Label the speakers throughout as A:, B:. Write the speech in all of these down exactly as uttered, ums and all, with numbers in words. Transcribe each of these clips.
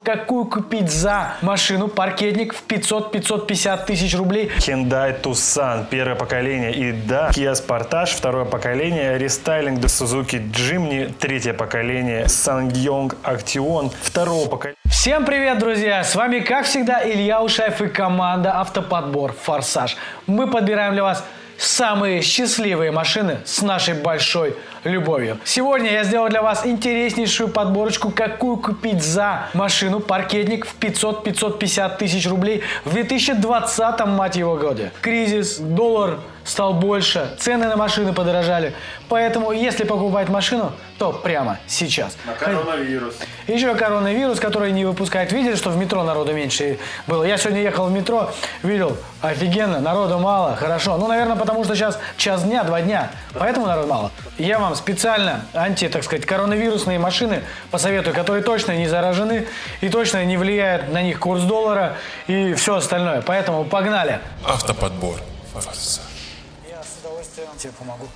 A: какую купить за машину, паркетник в пятьсот — пятьсот пятьдесят тысяч рублей.
B: Hyundai Tucson, первое поколение, и да, Kia Sportage, второе поколение, рестайлинг до Suzuki Jimny, третье поколение, SsangYong Action, второго поколения.
A: Всем привет, друзья! С вами, как всегда, Илья Ушаев и команда Автоподбор Форсаж. Мы подбираем для вас самые счастливые машины с нашей большой любовью. Сегодня я сделал для вас интереснейшую подборочку, какую купить за машину, паркетник в пятьсот — пятьсот пятьдесят тысяч рублей в две тысячи двадцатом, мать его, году. Кризис, доллар стал больше, цены на машины подорожали. Поэтому, если покупать машину, то прямо сейчас.
B: На коронавирус.
A: Еще коронавирус, который не выпускает. Видели, что в метро народу меньше было? Я сегодня ехал в метро, видел, офигенно, народу мало, хорошо. Ну, наверное, потому что сейчас час дня, два дня, поэтому народу мало. Я вам специально анти, так сказать, коронавирусные машины посоветую, которые точно не заражены и точно не влияет на них курс доллара и все остальное. Поэтому погнали.
C: Автоподбор Форсаж.
A: Я с удовольствием тебе помогу.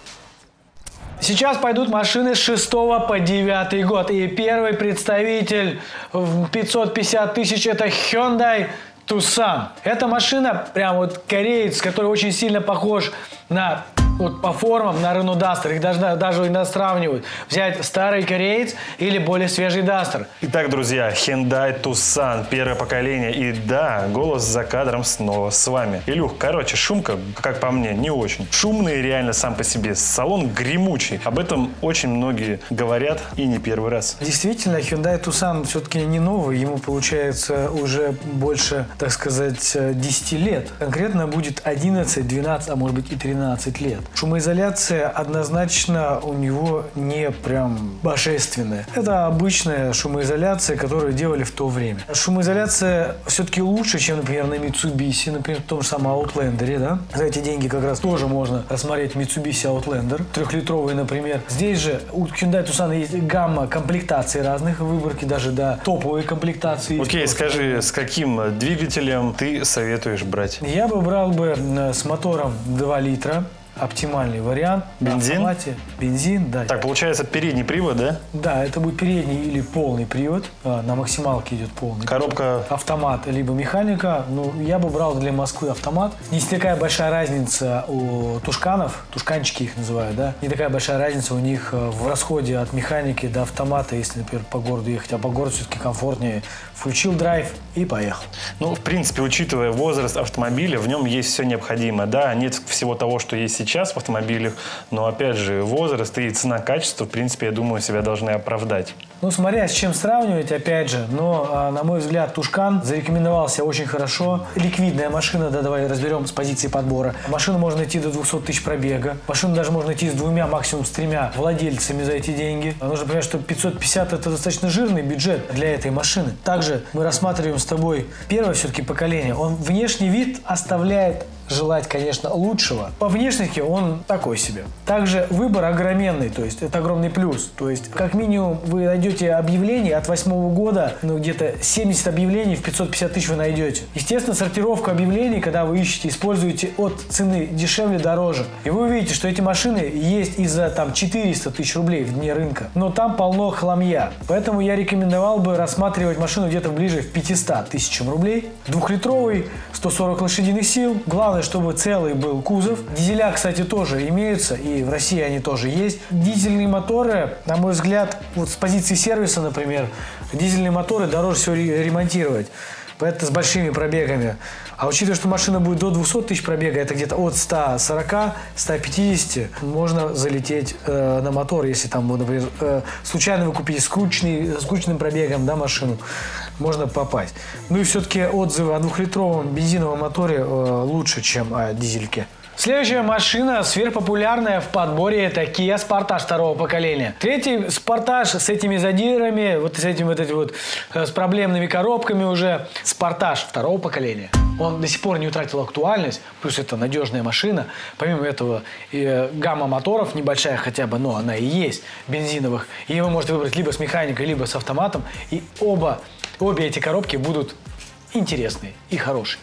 A: Сейчас пойдут машины с шестого по девятый год. И первый представитель в пятьсот пятьдесят тысяч – это Hyundai Tucson. Эта машина, прям вот кореец, который очень сильно похож на... Вот по формам на Renault Duster, их даже, даже иногда сравнивают. Взять старый кореец или более свежий Duster.
B: Итак, друзья, Hyundai Tucson, первое поколение. И да, голос за кадром снова с вами. Илюх, короче, шумка, как по мне, не очень. Шумный реально сам по себе. Салон гремучий. Об этом очень многие говорят и не первый раз.
A: Действительно, Hyundai Tucson все-таки не новый. Ему, получается, уже больше, так сказать, десять лет. Конкретно будет одиннадцать, двенадцать, а может быть и тринадцать лет. Шумоизоляция однозначно у него не прям божественная. Это обычная шумоизоляция, которую делали в то время. Шумоизоляция все-таки лучше, чем, например, на Mitsubishi, например, в том же самом Outlander, да? За эти деньги как раз тоже можно рассмотреть Mitsubishi Outlander, трехлитровый, например. Здесь же у Hyundai Tucson есть гамма комплектаций разных, выборки даже до топовой комплектации.
B: Окей, скажи, с каким двигателем ты советуешь брать?
A: Я бы брал бы с мотором два литра. Оптимальный вариант.
B: Бензин?
A: Бензин, да.
B: Так, получается, передний привод, да?
A: Да, это будет передний или полный привод. На максималке идет полный.
B: Коробка?
A: Автомат, либо механика. Ну, я бы брал для Москвы автомат. Не такая большая разница у тушканов, тушканчики их называют, да? Не такая большая разница у них в расходе от механики до автомата, если, например, по городу ехать. А по городу все-таки комфортнее. Включил драйв и поехал.
B: Ну, в принципе, учитывая возраст автомобиля, в нем есть все необходимое. Да, нет всего того, что есть сейчас в автомобилях, но, опять же, возраст и цена-качество, в принципе, я думаю, себя должны оправдать.
A: Ну, смотря с чем сравнивать, опять же, но, на мой взгляд, Тушкан зарекомендовался очень хорошо. Ликвидная машина, да, давай разберем с позиции подбора. Машину можно найти до двухсот тысяч пробега. Машину даже можно найти с двумя, максимум с тремя владельцами за эти деньги. Нужно понимать, что пятьсот пятьдесят – это достаточно жирный бюджет для этой машины. Также мы рассматриваем с тобой первое все-таки поколение. Он внешний вид оставляет желать, конечно, лучшего. По внешности он такой себе. Также выбор огроменный, то есть это огромный плюс. То есть как минимум вы найдете объявлений от восьмого года, ну где-то семьдесят объявлений в пятьсот пятьдесят тысяч вы найдете. Естественно, сортировка объявлений, когда вы ищете, используете от цены дешевле, дороже. И вы увидите, что эти машины есть и за там четыреста тысяч рублей в дне рынка. Но там полно хламья. Поэтому я рекомендовал бы рассматривать машину где-то ближе к пятистам тысячам рублей. Двухлитровый, сто сорок лошадиных сил. Главное, чтобы целый был кузов. Дизеля, кстати, тоже имеются, и в России они тоже есть. Дизельные моторы, на мой взгляд, вот с позиции сервиса, например, дизельные моторы дороже всего ремонтировать. Это с большими пробегами. А учитывая, что машина будет до двухсот тысяч пробега, это где-то от ста сорока — ста пятидесяти, можно залететь э, на мотор, если там, например, э, случайно вы купите скучный, скучным пробегом, да, машину, можно попасть. Ну и все-таки отзывы о двухлитровом бензиновом моторе э, лучше, чем о дизельке. Следующая машина, сверхпопулярная в подборе, это Kia Sportage второго поколения. Третий Sportage с этими задирами, вот с этими вот, эти вот с проблемными коробками уже. Sportage второго поколения. Он до сих пор не утратил актуальность, плюс это надежная машина. Помимо этого, э, гамма моторов небольшая хотя бы, но она и есть, бензиновых. И вы можете выбрать либо с механикой, либо с автоматом. И оба, обе эти коробки будут интересные и хорошие.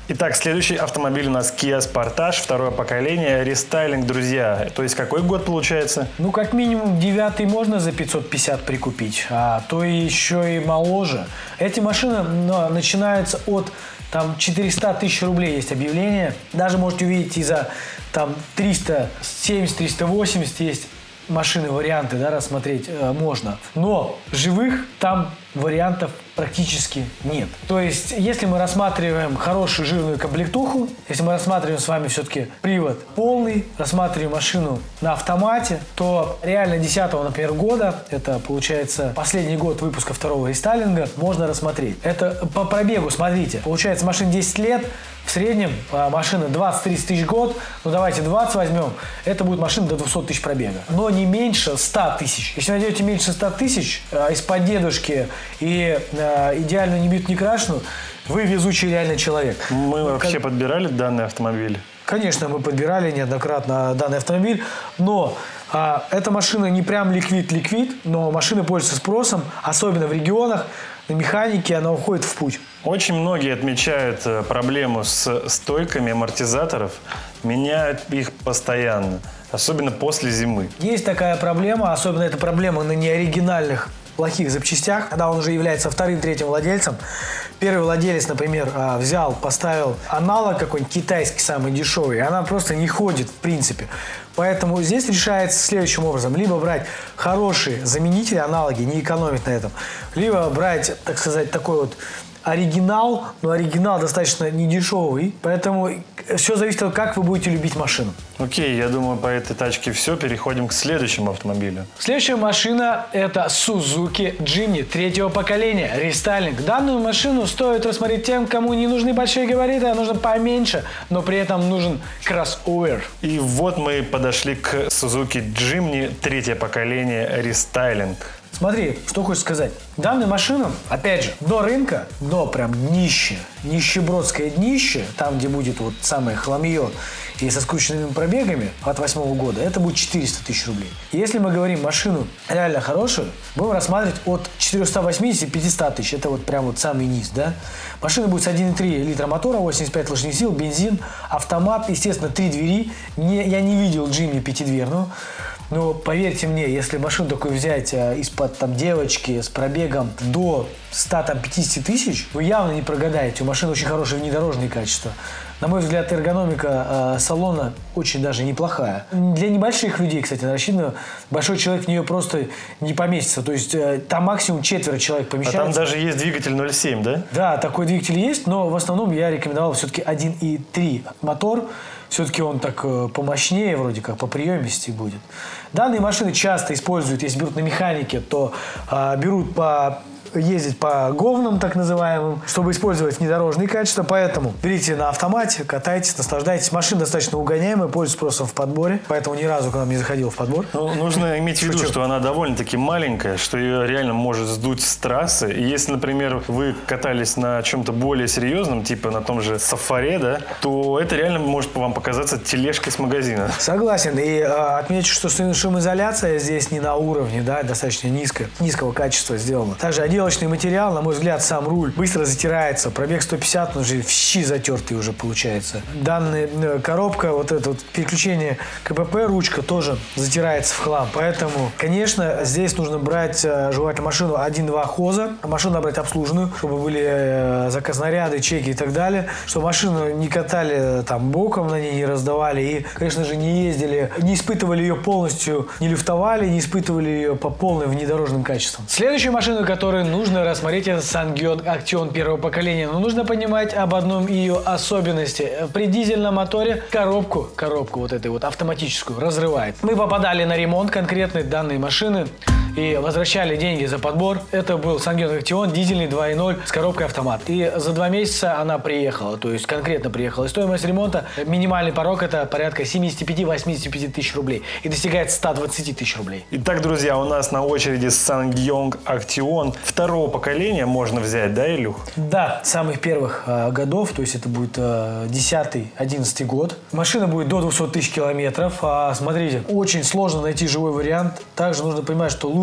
B: Итак, следующий автомобиль у нас Kia Sportage, второе поколение, рестайлинг, друзья. То есть какой год получается?
A: Ну, как минимум, девятый можно за пятьсот пятьдесят прикупить, а то и еще и моложе. Эти машины ну, начинаются от там четыреста тысяч рублей, есть объявление. Даже можете увидеть и за там триста семьдесят - триста восемьдесят есть машины, варианты, да, рассмотреть э, можно. Но живых там вариантов практически нет. То есть, если мы рассматриваем хорошую жирную комплектуху, если мы рассматриваем с вами все-таки привод полный, рассматриваем машину на автомате, то реально десятого, например, года, это получается последний год выпуска второго рестайлинга, можно рассмотреть. Это по пробегу, смотрите, получается машина десять лет, в среднем а, машина двадцать-тридцать тысяч в год, ну давайте двадцать возьмем, это будет машина до двухсот тысяч пробега. Но не меньше ста тысяч. Если найдете меньше ста тысяч а, из-под дедушки и а, идеально не бит, не крашеную, вы везучий реально человек.
B: Мы
A: ну,
B: вообще
A: как...
B: подбирали данный автомобиль?
A: Конечно, мы подбирали неоднократно данный автомобиль, но а, эта машина не прям ликвид-ликвид, но машина пользуется спросом, особенно в регионах, на механике она уходит в путь.
B: Очень многие отмечают проблему с стойками амортизаторов, меняют их постоянно, особенно после зимы.
A: Есть такая проблема, особенно эта проблема на неоригинальных плохих запчастях, когда он уже является вторым-третьим владельцем. Первый владелец, например, взял, поставил аналог какой-нибудь китайский, самый дешевый, и она просто не ходит в принципе. Поэтому здесь решается следующим образом. Либо брать хорошие заменители, аналоги, не экономить на этом. Либо брать, так сказать, такой вот оригинал, но оригинал достаточно недешевый. Поэтому все зависит от того, как вы будете любить машину.
B: Окей, я думаю, по этой тачке все. Переходим к следующему автомобилю.
A: Следующая машина – это Suzuki Jimny третьего поколения, рестайлинг. Данную машину стоит рассмотреть тем, кому не нужны большие габариты, а нужно поменьше, но при этом нужен кроссовер.
B: И вот мы подошли к Suzuki Jimny третье поколение, рестайлинг.
A: Смотри, что хочешь сказать. Данную машину, опять же, до рынка, до прям днище, нищебродское днище, там, где будет вот самое хламье и со скрученными пробегами от восьмого года, это будет четыреста тысяч рублей. Если мы говорим машину реально хорошую, будем рассматривать от четырёхсот восьмидесяти до пятисот тысяч. Это вот прям вот самый низ, да. Машина будет с один и три литра мотора, восемьдесят пять лошадиных сил, бензин, автомат, естественно, три двери. Не, я не видел Jimny пятидверную. Но поверьте мне, если машину такую взять а, из-под там девочки с пробегом до ста пятидесяти тысяч, вы явно не прогадаете. У машины очень хорошее внедорожное качество. На мой взгляд, эргономика э, салона очень даже неплохая. Для небольших людей, кстати, рассчитана. Большой человек в нее просто не поместится. То есть э, там максимум четверо человек помещается.
B: А там даже есть двигатель ноль семь, да?
A: Да, такой двигатель есть, но в основном я рекомендовал все-таки один и три мотор. Все-таки он так э, помощнее вроде как, по приемисти будет. Данные машины часто используют, если берут на механике, то э, берут по... ездить по говнам, так называемым, чтобы использовать внедорожные качества. Поэтому берите на автомате, катайтесь, наслаждайтесь. Машина достаточно угоняемая, пользуется спросом в подборе. Поэтому ни разу к нам не заходил в подбор.
B: Ну, нужно иметь в виду,
A: Шучу.
B: что она довольно-таки маленькая, что ее реально может сдуть с трассы. И если, например, вы катались на чем-то более серьезном, типа на том же Сафаре, да, то это реально может вам показаться тележкой с магазина.
A: Согласен. И а, отмечу, что шумоизоляция здесь не на уровне, да, достаточно низкая, низкого качества сделана. Также отделочный материал, на мой взгляд, сам руль быстро затирается. Пробег сто пятьдесят, он же в щи затертый уже получается. Данная коробка, вот это вот переключение КПП, ручка тоже затирается в хлам. Поэтому, конечно, здесь нужно брать желательно машину один-два хоза, машину брать обслуженную, чтобы были заказнаряды, чеки и так далее, чтобы машину не катали там боком, на ней не раздавали и, конечно же, не ездили, не испытывали ее полностью, не люфтовали, не испытывали ее по полной внедорожным качествам. Следующую машину, которую нужно рассмотреть, это Ssangyong Action первого поколения. Но нужно понимать об одном ее особенности. При дизельном моторе коробку, коробку вот этой вот автоматическую разрывает. Мы попадали на ремонт конкретной данной машины и возвращали деньги за подбор. Это был Ssangyong Action дизельный два и ноль с коробкой автомат. И за два месяца она приехала, то есть конкретно приехала. И стоимость ремонта, минимальный порог, это порядка семидесяти пяти — восьмидесяти пяти тысяч рублей. И достигает ста двадцати тысяч рублей.
B: Итак, друзья, у нас на очереди Ssangyong Action второго поколения можно взять, да, Илюх?
A: Да, самых первых э, годов, то есть это будет э, десятый — одиннадцатый год. Машина будет до двухсот тысяч километров. А, смотрите, очень сложно найти живой вариант. Также нужно понимать, что лучше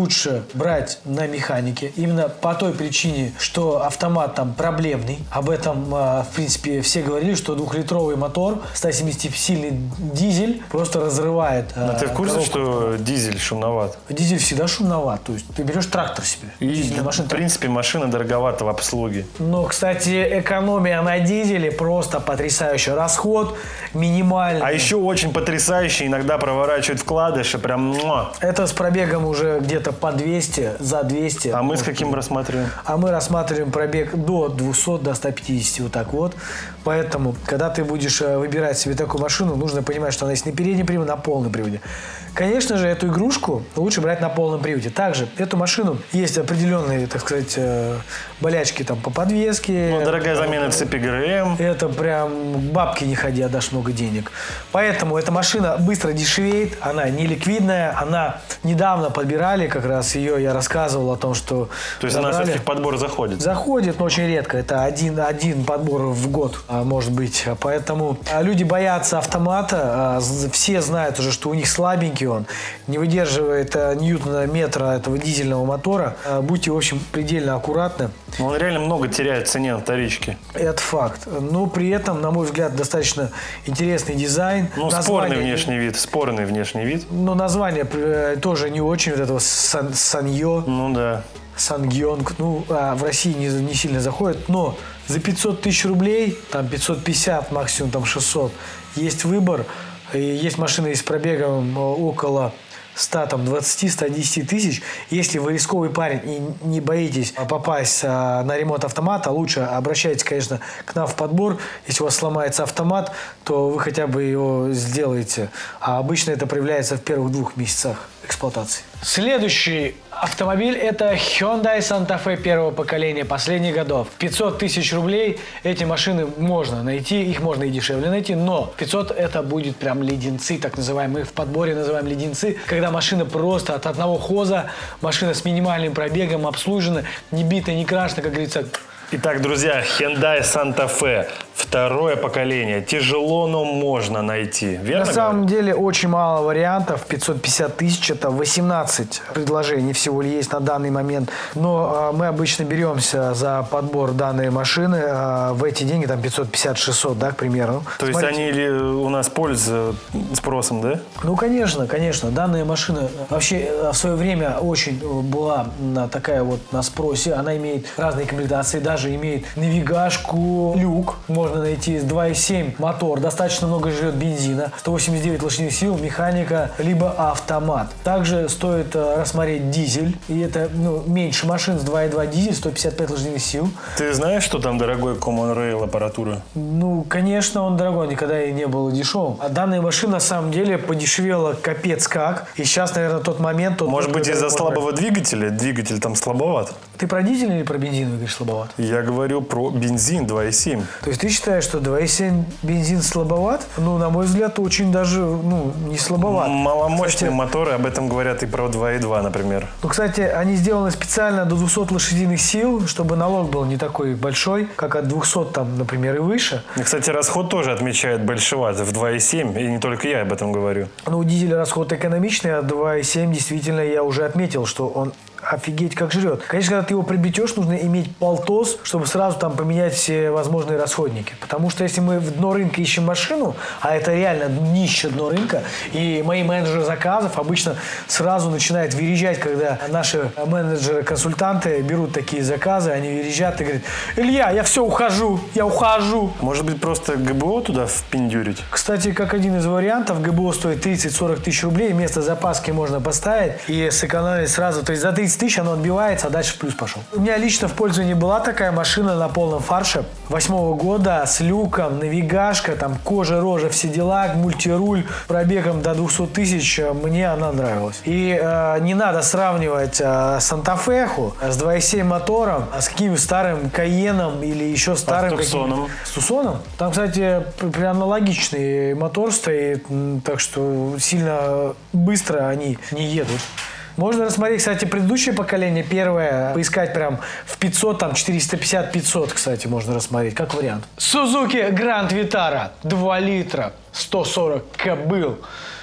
A: лучше брать на механике. Именно по той причине, что автомат там проблемный. Об этом, в принципе, все говорили, что двухлитровый мотор, сто семидесятисильный дизель просто разрывает.
B: А ты в курсе, что
A: автомата.
B: Дизель шумноват?
A: Дизель всегда шумноват. То есть ты берешь трактор себе.
B: И, машина, в принципе, машина дороговата в обслуге.
A: Но, кстати, экономия на дизеле просто потрясающая. Расход минимальный.
B: А еще очень потрясающе иногда проворачивают вкладыши. Прям... Муа.
A: Это с пробегом уже где-то по двести, за двести.
B: А мы с каким рассматриваем?
A: А мы рассматриваем пробег до двухсот, до ста пятидесяти, вот так вот. Поэтому, когда ты будешь выбирать себе такую машину, нужно понимать, что она есть на переднем приводе, на полном приводе. Конечно же, эту игрушку лучше брать на полном приводе. Также эту машину есть определенные, так сказать, болячки там по подвеске.
B: Ну, дорогая замена цепи ГРМ.
A: Это прям бабки не ходи, отдашь много денег. Поэтому эта машина быстро дешевеет, она не ликвидная, она недавно подбирали, как раз ее я рассказывал о том, что...
B: То есть забрали. Она все-таки в подбор заходит?
A: Заходит, но очень редко. Это один, один подбор в год, может быть. Поэтому люди боятся автомата. Все знают уже, что у них слабенький он. Не выдерживает ньютона метра этого дизельного мотора. Будьте, в общем, предельно аккуратны.
B: Он реально много теряет в цене на вторичке.
A: Это факт. Но при этом, на мой взгляд, достаточно интересный дизайн.
B: Ну, название... спорный внешний вид. Спорный внешний вид.
A: Но название тоже не очень. Вот этого сан- Саньо.
B: Ну да.
A: Сангьонг. Ну, а в России не, не сильно заходит. Но за пятьсот тысяч рублей, там пятьсот пятьдесят, максимум там шестьсот, есть выбор. И есть машины с пробегом около ста двадцати — ста десяти тысяч. Если вы рисковый парень и не боитесь попасть на ремонт автомата, лучше обращайтесь, конечно, к нам в подбор. Если у вас сломается автомат, то вы хотя бы его сделаете. А обычно это проявляется в первых двух месяцах эксплуатации. Следующий автомобиль – это Hyundai Santa Fe первого поколения последних годов. пятьсот тысяч рублей эти машины можно найти, их можно и дешевле найти, но пятьсот это будет прям леденцы, так называемые, в подборе называем леденцы, когда машина просто от одного хоза, машина с минимальным пробегом, обслужена, не бита, не крашена, как говорится.
B: Итак, друзья, Hyundai Santa Fe. Второе поколение. Тяжело, но можно найти. Верно?
A: На самом деле очень мало вариантов. пятьсот пятьдесят тысяч – это восемнадцать предложений всего ли есть на данный момент. Но э, мы обычно беремся за подбор данной машины. Э, в эти деньги там пятьсот пятьдесят — шестьсот, да, к примеру.
B: То есть они ли у нас пользуются спросом, да?
A: Ну, конечно, конечно. Данная машина вообще в свое время очень была такая вот на спросе. Она имеет разные комплектации, даже имеет навигашку, люк. Можно найти два и семь мотор, достаточно много жрет бензина, сто восемьдесят девять лошадиных сил, механика, либо автомат. Также стоит э, рассмотреть дизель, и это ну, меньше машин с два и два дизель, сто пятьдесят пять лошадиных сил.
B: Ты знаешь, что там дорогой Common Rail аппаратура?
A: Ну, конечно, он дорогой, никогда и не был дешевым. А данная машина на самом деле подешевела капец как, и сейчас, наверное, тот момент... Тот,
B: Может быть, из-за слабого двигателя? Двигатель там слабоват.
A: Ты про дизель или про бензин говоришь слабоват?
B: Я говорю про бензин два и семь.
A: То есть ты считаешь, что два и семь бензин слабоват? Ну, на мой взгляд, очень даже ну, не слабоват.
B: Маломощные
A: кстати,
B: моторы, об этом говорят и про два и два, например.
A: Ну, кстати, они сделаны специально до двухсот лошадиных сил, чтобы налог был не такой большой, как от двухсот, там, например, и выше.
B: И, кстати, расход тоже отмечает большеват в два и семь, и не только я об этом говорю.
A: Ну, у дизеля расход экономичный, а два и семь действительно я уже отметил, что он офигеть как жрет. Конечно, когда ты его приобретешь, нужно иметь полтос, чтобы сразу там поменять все возможные расходники. Потому что если мы в дно рынка ищем машину, а это реально днище дно рынка, и мои менеджеры заказов обычно сразу начинают вирижать, когда наши менеджеры-консультанты берут такие заказы, они вирижат и говорят: Илья, я все, ухожу, я ухожу.
B: Может быть, просто ГБО туда впендюрить?
A: Кстати, как один из вариантов, ГБО стоит тридцать-сорок тысяч рублей, вместо запаски можно поставить и сэкономить сразу. То есть за тридцать тысяч оно отбивается, а дальше в плюс пошел. У меня лично в пользовании была такая машина на полном фарше восьмого года с люком, навигашка, там кожа, рожа, все дела, мультируль, пробегом до двухсот тысяч. Мне она нравилась. И э, не надо сравнивать э, Санта-Феху с два и семь мотором, а с каким-нибудь старым Кайеном или еще старым...
B: А с Тусоном?
A: С Тусоном? Там, кстати, при аналогичный мотор стоит, так что сильно быстро они не едут. Можно рассмотреть, кстати, предыдущее поколение, первое, поискать прям в пятьсот, там четыреста пятьдесят — пятьсот, кстати, можно рассмотреть, как вариант. Suzuki Grand Vitara, два литра, сто сорок кобыл.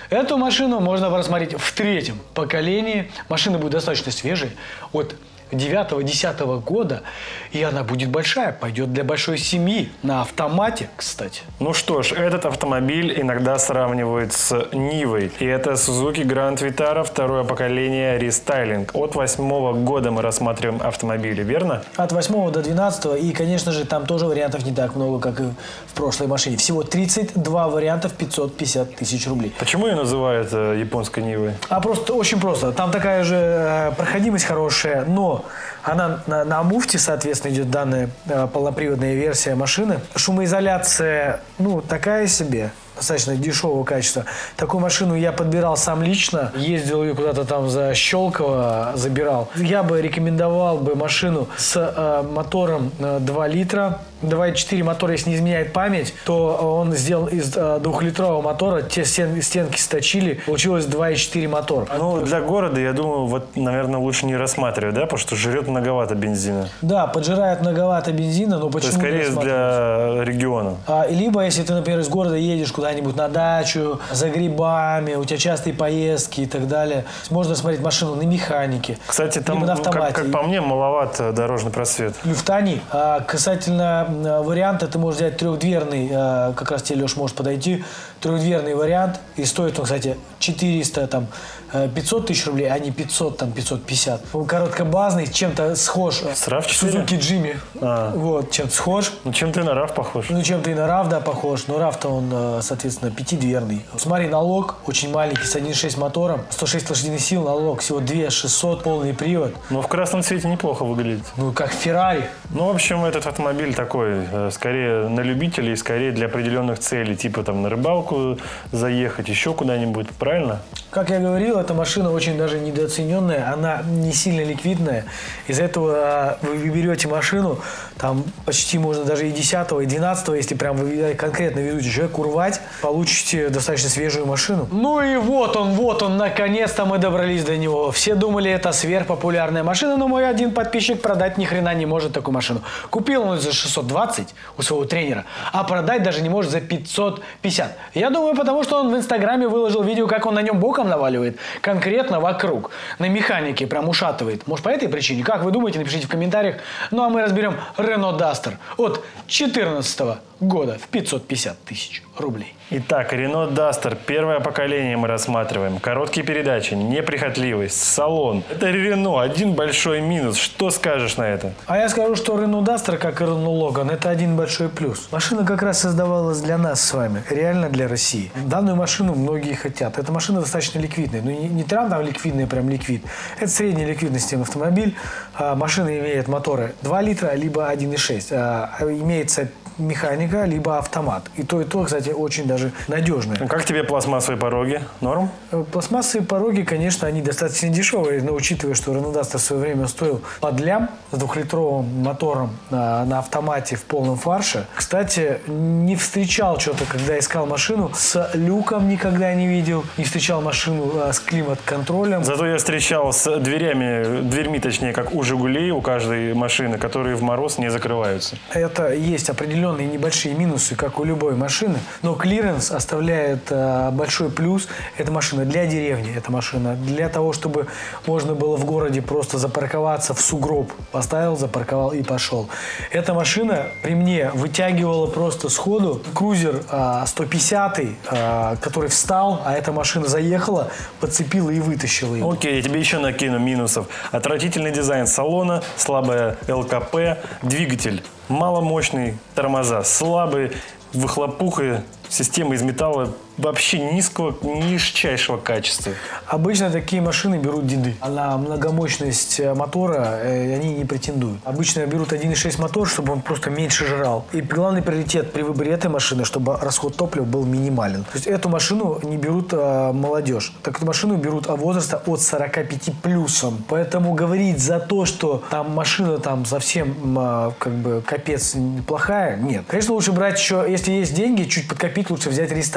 A: Эту машину можно рассмотреть в третьем поколении. Машина будет достаточно свежей, от девятого-десятого года, и она будет большая, пойдет для большой семьи, на автомате, кстати.
B: Ну что ж, этот автомобиль иногда сравнивают с Нивой, и это Suzuki Grand Vitara, второе поколение рестайлинг. От восьмого года мы рассматриваем автомобили, верно?
A: От восьмого до двенадцатого, и, конечно же, там тоже вариантов не так много, как и в прошлой машине. Всего тридцать два варианта в пятьсот пятьдесят тысяч рублей.
B: Почему ее называют э, японской Нивой?
A: А просто очень просто. Там такая же э, проходимость хорошая, но она на, на муфте, соответственно, идет данная э, полноприводная версия машины. Шумоизоляция, ну, такая себе. Достаточно дешевого качества. Такую машину я подбирал сам лично. Ездил ее куда-то там за Щелково, забирал. Я бы рекомендовал бы машину с э, мотором э, два литра. два и четыре мотор, если не изменяет память, то он сделан из э, двухлитрового мотора. Те стен, стенки сточили. Получилось два и четыре мотор.
B: Ну, для города, я думаю, вот, наверное, лучше не рассматривать, да? Потому что жрет многовато бензина.
A: Да, поджирает многовато бензина, но почему?
B: То есть, скорее для региона.
A: А, либо, если ты, например, из города едешь куда-нибудь на дачу, за грибами, у тебя частые поездки и так далее. Можно смотреть машину на механике.
B: Кстати, там,
A: на
B: ну, как, как по мне, маловат дорожный просвет.
A: Люфтани. А, касательно а, варианта, ты можешь взять трехдверный, а, как раз тебе, Леш, может подойти, трехдверный вариант. И стоит он, кстати, четыреста, там, пятьсот тысяч рублей, а не пятьсот, там, пятьсот пятьдесят. Он короткобазный, чем-то схож
B: с рав
A: с Suzuki Jimmy. А. Вот, чем-то схож.
B: Ну, чем ты на рав похож.
A: Ну, чем-то и на рав, да, похож. Но рав-то он, соответственно, пятидверный. Смотри, налог очень маленький, с один и шесть мотором, сто шесть лошадиных сил, налог всего две тысячи шестьсот, полный привод.
B: Но в красном цвете неплохо выглядит.
A: Ну, как Феррари.
B: Ну, в общем, этот автомобиль такой, скорее на любителей, скорее для определенных целей, типа там на рыбалку заехать, еще куда-нибудь, правильно?
A: Как я говорил, эта машина очень даже недооцененная, она не сильно ликвидная. Из-за этого вы берете машину, там почти можно даже и десятого, и двенадцатого, если прям вы конкретно везете человека урвать, получите достаточно свежую машину. Ну и вот он, вот он, наконец-то мы добрались до него. Все думали, это сверхпопулярная машина, но мой один подписчик продать ни хрена не может такую машину. Купил он за шестьсот двадцать у своего тренера, а продать даже не может за пятьсот пятьдесят. Я думаю, потому что он в Инстаграме выложил видео, как он на нем боком наваливает, конкретно вокруг, на механике прям ушатывает. Может, по этой причине? Как вы думаете, напишите в комментариях. Ну, а мы разберем Renault Duster от две тысячи четырнадцатого года в пятьсот пятьдесят тысяч рублей.
B: Итак, Renault Duster, первое поколение мы рассматриваем. Короткие передачи, неприхотливость, салон. Это Renault, один большой минус. Что скажешь на это?
A: А я скажу, что Renault Duster, как и Renault Logan, это один большой плюс. Машина как раз создавалась для нас с вами, реально для России. Данную машину многие хотят. Эта машина достаточно ликвидная. Ну, не, не прям там ликвидная, прям ликвид. Это средней ликвидности автомобиль. А, машина имеет моторы два литра, либо один и шесть. А, имеется механика, либо автомат. И то, и то, кстати, очень даже надежные.
B: Как тебе пластмассовые пороги? Норм?
A: Пластмассовые пороги, конечно, они достаточно дешевые, но учитывая, что Renault Duster в свое время стоил под лям с двухлитровым мотором на, на автомате в полном фарше. Кстати, не встречал что-то, когда искал машину с люком, никогда не видел. Не встречал машину а, с климат-контролем.
B: Зато я встречал с дверями, дверьми, точнее, как у «Жигулей», у каждой машины, которые в мороз не закрываются.
A: Это есть определенные небольшие минусы, как у любой машины, но клиренс оставляет а, большой плюс. Эта машина для деревни, эта машина для того, чтобы можно было в городе просто запарковаться в сугроб. Поставил, запарковал и пошел. Эта машина при мне вытягивала просто сходу крузер а, сто пятьдесят, а, который встал, а эта машина заехала, подцепила и вытащила его.
B: Окей, я тебе еще накину минусов. Отвратительный дизайн салона, слабая эл ка пэ, двигатель маломощный, тормоза слабые, выхлопуха, система из металла вообще низкого, низчайшего качества.
A: Обычно такие машины берут деды. А на многомощность мотора э, они не претендуют. Обычно берут один и шесть мотор, чтобы он просто меньше жрал. И главный приоритет при выборе этой машины, чтобы расход топлива был минимален. То есть эту машину не берут э, молодежь. Так эту машину берут возраста от сорока пяти плюсом. Поэтому говорить за то, что там машина там совсем э, как бы капец плохая, нет. Конечно, лучше брать еще, если есть деньги, чуть подкопить, лучше взять рестайлинг. Когда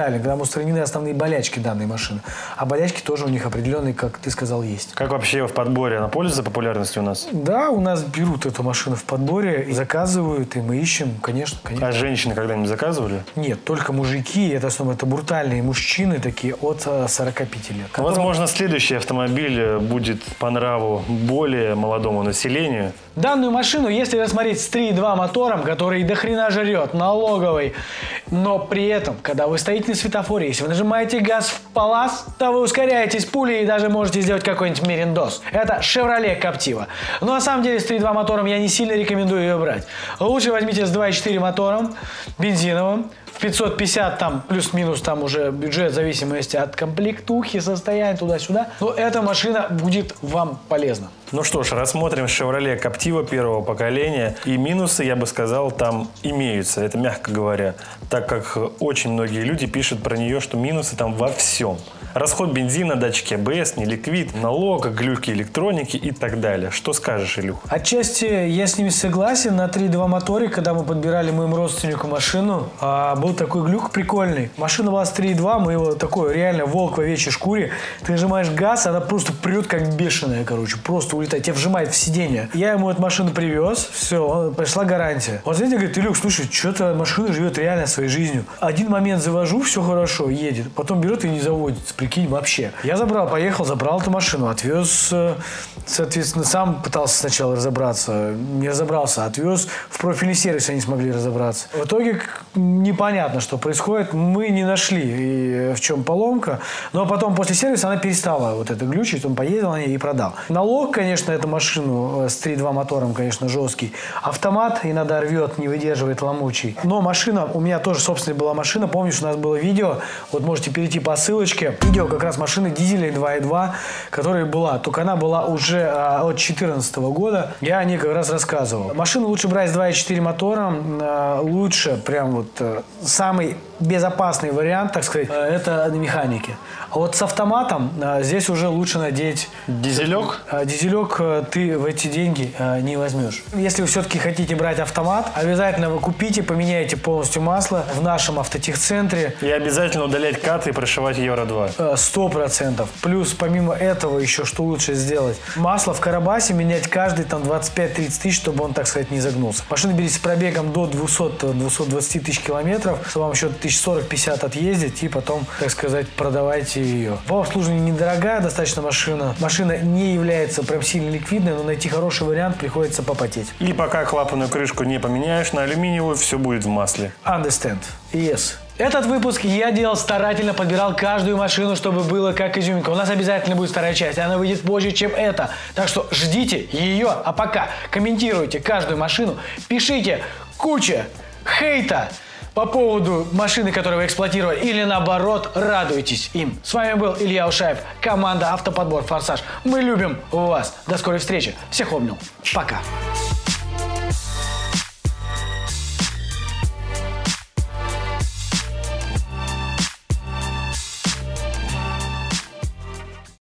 A: устранены основные болячки данной машины. А болячки тоже у них определенные, как ты сказал, есть.
B: Как вообще в подборе? Она пользуется популярностью у нас?
A: Да, у нас берут эту машину в подборе, заказывают, и мы ищем, конечно, конечно.
B: А женщины когда-нибудь заказывали?
A: Нет, только мужики, это, основном, это брутальные мужчины, такие от сорока пяти лет. Которым...
B: Возможно, следующий автомобиль будет по нраву более молодому населению.
A: Данную машину, если рассмотреть с три и два мотором, который до хрена жрет, налоговый, но при этом, когда вы стоите на светофоре, если вы нажимаете газ в палас, то вы ускоряетесь пулей и даже можете сделать какой-нибудь мериндос. Это Chevrolet Captiva. Но на самом деле с три и два мотором я не сильно рекомендую ее брать. Лучше возьмите с два и четыре мотором, бензиновым. В пятьсот пятьдесят там плюс-минус там уже бюджет в зависимости от комплектухи, состояния туда-сюда. Но эта машина будет вам полезна.
B: Ну что ж, рассмотрим Chevrolet Captiva первого поколения. И минусы, я бы сказал, там имеются. Это мягко говоря. Так как очень многие люди пишут про нее, что минусы там во всем. Расход бензина, датчики а бэ эс, неликвид, налог, глюки электроники и так далее. Что скажешь, Илюх?
A: Отчасти я с ними согласен. На три и два моторе, когда мы подбирали моему родственнику машину, был такой глюк прикольный. Машина была с три и два, мы его такой реально волк в овечьей шкуре. Ты нажимаешь газ, она просто прет как бешеная, короче. Просто улетает, тебя вжимает в сиденье. Я ему эту машину привез, все, пришла гарантия. Он, знаете, говорит: Илюх, слушай, что-то машина живет реально своей жизнью. Один момент завожу, все хорошо, едет. Потом берет и не заводится. Прикинь, вообще. Я забрал, поехал, забрал эту машину, отвез, соответственно, сам пытался сначала разобраться, не разобрался, отвез в профильный сервис, они смогли разобраться. В итоге непонятно, что происходит, мы не нашли, и в чем поломка, но потом после сервиса она перестала вот это глючить, он поездил на ней и продал. Налог, конечно, эту машину с три и два мотором, конечно, жесткий. Автомат иногда рвет, не выдерживает, ломучий. Но машина, у меня тоже собственная была машина, помнишь, у нас было видео, вот можете перейти по ссылочке, видео как раз машины дизеля два и два, которая была, только она была уже а, от две тысячи четырнадцатого года, я о ней как раз рассказывал. Машину лучше брать с два и четыре мотором, а, лучше, прям вот а, самый безопасный вариант, так сказать, а, это на механике. А вот с автоматом а, здесь уже лучше надеть...
B: Дизелек?
A: А, дизелек а, ты в эти деньги а, не возьмешь. Если вы все-таки хотите брать автомат, обязательно вы купите, поменяйте полностью масло в нашем автотехцентре.
B: И обязательно удалять каты и прошивать евро два.
A: Сто процентов. Плюс, помимо этого, еще что лучше сделать? Масло в карабасе менять каждый там двадцать пять тридцать тысяч, чтобы он, так сказать, не загнулся. Машина берите с пробегом до двухсот — двухсот двадцати тысяч километров, чтобы вам еще тысяч сорок — пятьдесят отъездить и потом, так сказать, продавайте ее. По обслуживанию недорогая достаточно машина. Машина не является прям сильно ликвидной, но найти хороший вариант приходится попотеть.
B: И пока клапанную крышку не поменяешь на алюминиевую, все будет в масле.
A: Understand. Yes. Этот выпуск я делал старательно, подбирал каждую машину, чтобы было как изюминка. У нас обязательно будет вторая часть, она выйдет позже, чем эта. Так что ждите ее, а пока комментируйте каждую машину, пишите куча хейта по поводу машины, которую вы эксплуатировали, или наоборот, радуйтесь им. С вами был Илья Ушаев, команда Автоподбор Форсаж. Мы любим вас. До скорой встречи. Всех обнял. Пока.